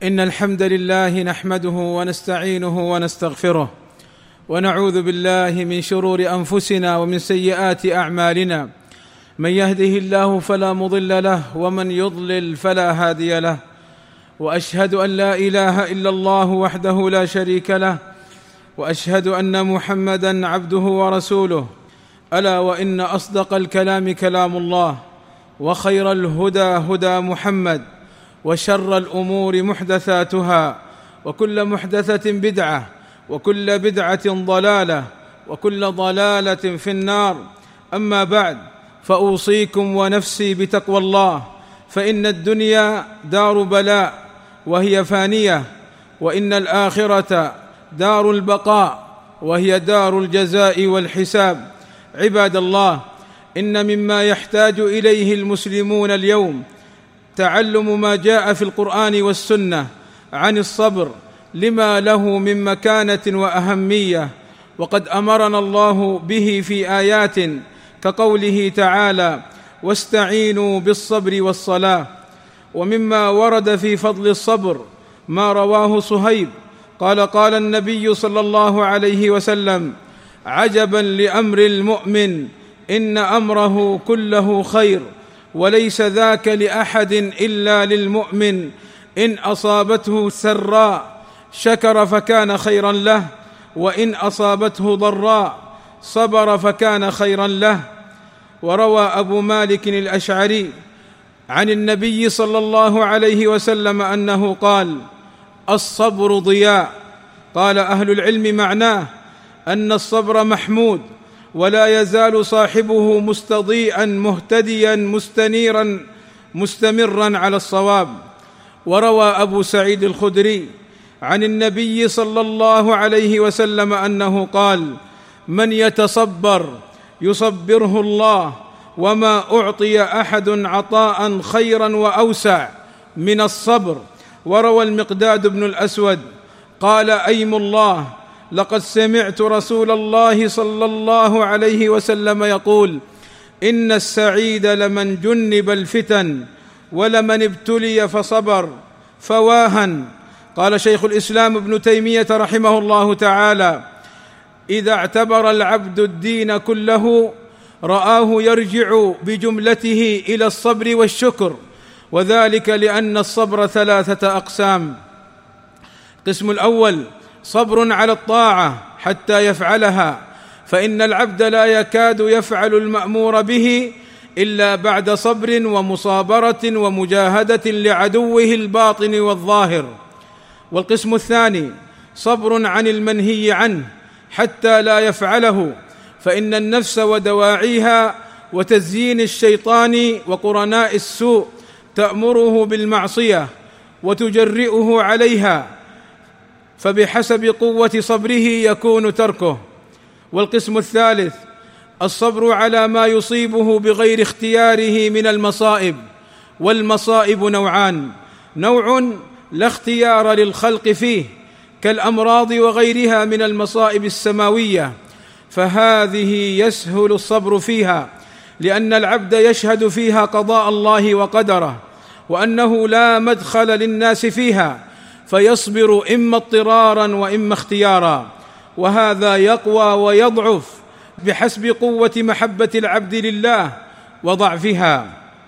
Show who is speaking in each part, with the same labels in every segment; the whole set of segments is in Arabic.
Speaker 1: إن الحمد لله نحمده ونستعينه ونستغفره ونعوذ بالله من شرور أنفسنا ومن سيئات أعمالنا. من يهده الله فلا مضل له ومن يضلل فلا هادي له، وأشهد أن لا إله إلا الله وحده لا شريك له، وأشهد أن محمدًا عبده ورسوله. ألا وإن أصدق الكلام كلام الله، وخير الهدى هدى محمد، وشر الأمور محدثاتها، وكل محدثة بدعة، وكل بدعة ضلالة، وكل ضلالة في النار. أما بعد، فأوصيكم ونفسي بتقوى الله، فإن الدنيا دار بلاء وهي فانية، وإن الآخرة دار البقاء وهي دار الجزاء والحساب. عباد الله، إن مما يحتاج إليه المسلمون اليوم تعلم ما جاء في القرآن والسنة عن الصبر، لما له من مكانة وأهمية، وقد أمرنا الله به في آيات كقوله تعالى: واستعينوا بالصبر والصلاة. ومما ورد في فضل الصبر ما رواه صهيب قال: قال النبي صلى الله عليه وسلم: عجبا لأمر المؤمن، إن أمره كله خير، وليس ذاك لأحد إلا للمؤمن، إن أصابته سراء شكر فكان خيرا له، وإن أصابته ضراء صبر فكان خيرا له. وروى أبو مالك الأشعري عن النبي صلى الله عليه وسلم أنه قال: الصبر ضياء. قال أهل العلم معناه أن الصبر محمود، ولا يزال صاحبه مستضيئا مهتديا مستنيرا مستمرا على الصواب. وروى أبو سعيد الخدري عن النبي صلى الله عليه وسلم أنه قال: من يتصبر يصبره الله، وما أعطي أحد عطاء خيرا وأوسع من الصبر. وروى المقداد بن الأسود قال: أيم الله، لقد سمعت رسول الله صلى الله عليه وسلم يقول: إن السعيد لمن جنب الفتن، ولمن ابتلي فصبر، فواها. قال شيخ الإسلام ابن تيمية رحمه الله تعالى: إذا اعتبر العبد الدين كله رآه يرجع بجملته إلى الصبر والشكر، وذلك لأن الصبر ثلاثة أقسام. القسم الأول صبر على الطاعة حتى يفعلها، فإن العبد لا يكاد يفعل المأمور به إلا بعد صبر ومصابرة ومجاهدة لعدوه الباطن والظاهر. والقسم الثاني صبر عن المنهي عنه حتى لا يفعله، فإن النفس ودواعيها وتزيين الشيطان وقرناء السوء تأمره بالمعصية وتجرئه عليها، فبحسب قوة صبره يكون تركه. والقسم الثالث الصبر على ما يصيبه بغير اختياره من المصائب. والمصائب نوعان: نوع لا اختيار للخلق فيه كالأمراض وغيرها من المصائب السماوية، فهذه يسهل الصبر فيها، لأن العبد يشهد فيها قضاء الله وقدره، وأنه لا مدخل للناس فيها، فيصبر إما اضطرارا وإما اختيارا، وهذا يقوى ويضعف بحسب قوة محبة العبد لله وضعفها.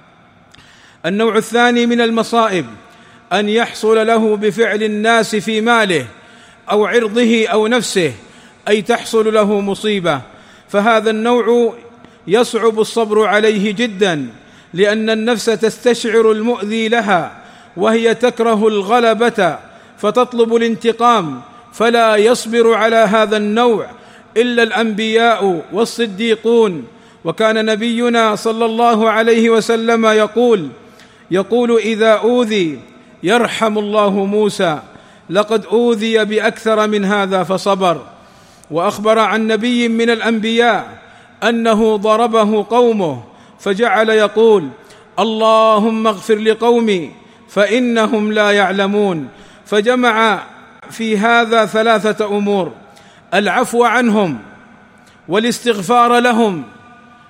Speaker 1: النوع الثاني من المصائب أن يحصل له بفعل الناس في ماله أو عرضه أو نفسه، أي تحصل له مصيبة، فهذا النوع يصعب الصبر عليه جدا، لأن النفس تستشعر المؤذي لها، وهي تكره الغلبة فتطلب الانتقام، فلا يصبر على هذا النوع إلا الأنبياء والصديقون. وكان نبينا صلى الله عليه وسلم يقول: إذا أوذي يرحم الله موسى، لقد أوذي بأكثر من هذا فصبر. وأخبر عن نبي من الأنبياء أنه ضربه قومه فجعل يقول: اللهم اغفر لقومي فإنهم لا يعلمون، فجمع في هذا ثلاثة أمور: العفو عنهم، والاستغفار لهم،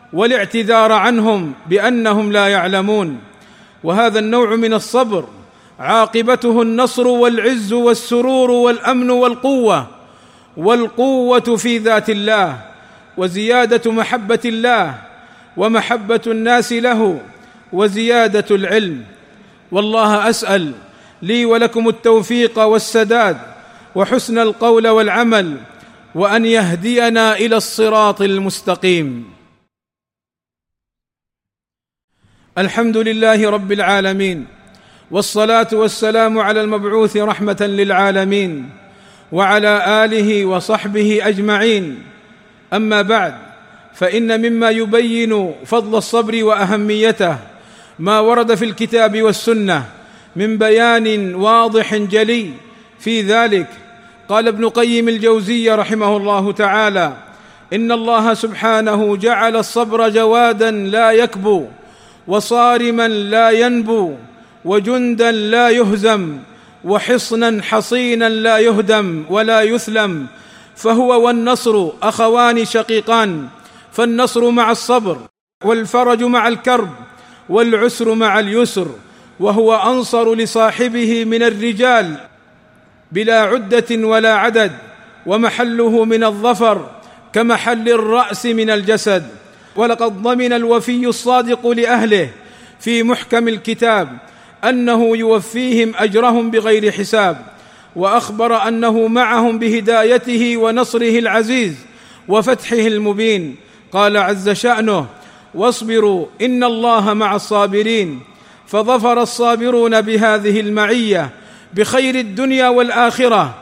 Speaker 1: والاعتذار عنهم بأنهم لا يعلمون. وهذا النوع من الصبر عاقبته النصر والعز والسرور والأمن والقوة في ذات الله، وزيادة محبة الله ومحبة الناس له، وزيادة العلم. والله أسأل لي ولكم التوفيق والسداد وحسن القول والعمل، وأن يهدينا إلى الصراط المستقيم. الحمد لله رب العالمين، والصلاة والسلام على المبعوث رحمة للعالمين، وعلى آله وصحبه أجمعين. أما بعد، فإن مما يبين فضل الصبر وأهميته ما ورد في الكتاب والسنة من بيان واضح جلي في ذلك. قال ابن قيم الجوزية رحمه الله تعالى: إن الله سبحانه جعل الصبر جوادا لا يكبو، وصارما لا ينبو، وجندا لا يهزم، وحصنا حصينا لا يهدم ولا يثلم، فهو والنصر أخوان شقيقان، فالنصر مع الصبر، والفرج مع الكرب، والعسر مع اليسر، وهو أنصر لصاحبه من الرجال بلا عدة ولا عدد، ومحله من الظفر كمحل الرأس من الجسد. ولقد ضمن الوفي الصادق لأهله في محكم الكتاب أنه يوفيهم أجرهم بغير حساب، وأخبر أنه معهم بهدايته ونصره العزيز وفتحه المبين. قال عز شأنه: واصبروا إن الله مع الصابرين. فظفر الصابرون بهذه المعية بخير الدنيا والآخرة،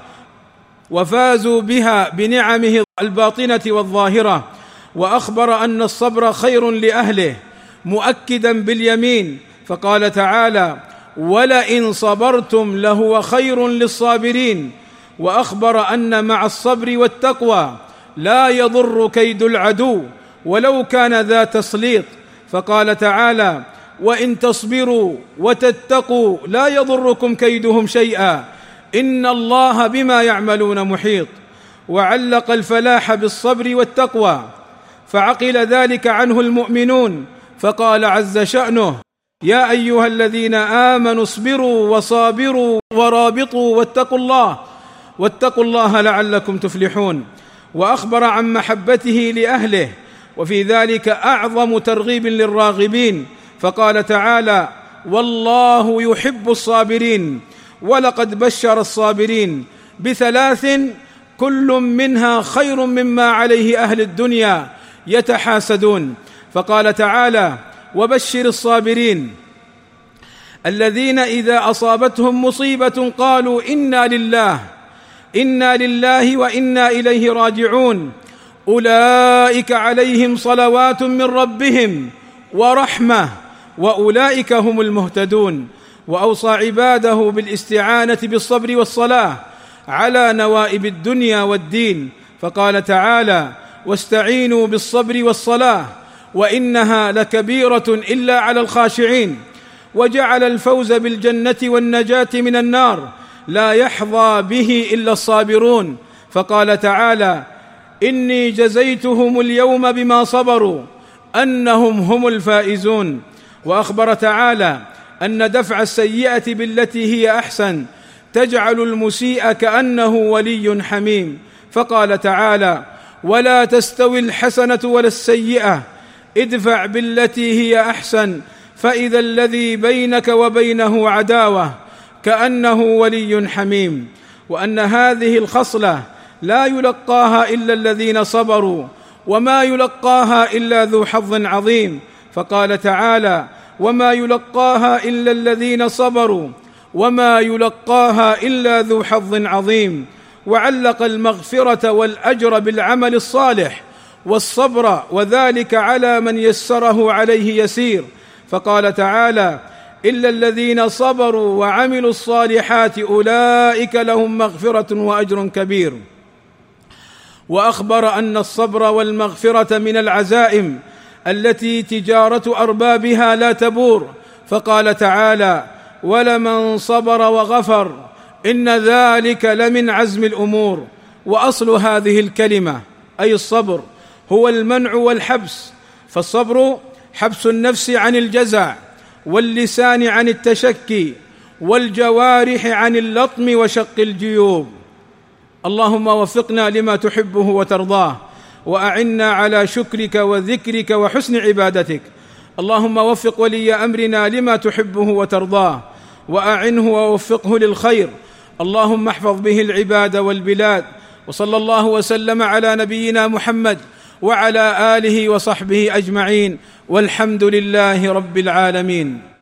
Speaker 1: وفازوا بها بنعمه الباطنة والظاهرة. وأخبر أن الصبر خير لأهله، مؤكدا باليمين، فقال تعالى: ولئن صبرتم لهو خير للصابرين. وأخبر أن مع الصبر والتقوى لا يضر كيد العدو ولو كان ذا تسليط، فقال تعالى: وإن تصبروا وتتقوا لا يضركم كيدهم شيئا إن الله بما يعملون محيط. وعلق الفلاح بالصبر والتقوى، فعقل ذلك عنه المؤمنون، فقال عز شأنه: يا أيها الذين آمنوا اصبروا وصابروا ورابطوا واتقوا الله لعلكم تفلحون. وأخبر عن محبته لأهله، وفي ذلك أعظم ترغيب للراغبين، فقال تعالى: والله يحب الصابرين. ولقد بشر الصابرين بثلاث كل منها خير مما عليه أهل الدنيا يتحاسدون. فقال تعالى: وبشر الصابرين الذين إذا أصابتهم مصيبة قالوا إنا لله وإنا إليه راجعون، أولئك عليهم صلوات من ربهم ورحمة وأولئك هم المهتدون. وأوصى عباده بالاستعانة بالصبر والصلاة على نوائب الدنيا والدين، فقال تعالى: واستعينوا بالصبر والصلاة وإنها لكبيرة إلا على الخاشعين. وجعل الفوز بالجنة والنجاة من النار لا يحظى به إلا الصابرون، فقال تعالى: إني جزيتهم اليوم بما صبروا أنهم هم الفائزون. وأخبر تعالى أن دفع السيئة بالتي هي أحسن تجعل المسيء كأنه ولي حميم، فقال تعالى: ولا تستوي الحسنة ولا السيئة ادفع بالتي هي أحسن فإذا الذي بينك وبينه عداوة كأنه ولي حميم. وأن هذه الخصلة لا يلقاها إلا الذين صبروا، وما يلقاها إلا ذو حظ عظيم، فقال تعالى: وما يلقاها إلا الذين صبروا وما يلقاها إلا ذو حظ عظيم. وعلق المغفرة والأجر بالعمل الصالح والصبر، وذلك على من يسره عليه يسير، فقال تعالى: إلا الذين صبروا وعملوا الصالحات أولئك لهم مغفرة وأجر كبير. وأخبر أن الصبر والمغفرة من العزائم التي تجارة أربابها لا تبور، فقال تعالى: ولمن صبر وغفر إن ذلك لمن عزم الأمور. وأصل هذه الكلمة أي الصبر هو المنع والحبس، فالصبر حبس النفس عن الجزع، واللسان عن التشكي، والجوارح عن اللطم وشق الجيوب. اللهم وفقنا لما تحبه وترضاه، وأعنا على شكرك وذكرك وحسن عبادتك. اللهم وفق ولي أمرنا لما تحبه وترضاه، وأعنه ووفقه للخير. اللهم احفظ به العباد والبلاد. وصلى الله وسلم على نبينا محمد وعلى آله وصحبه أجمعين، والحمد لله رب العالمين.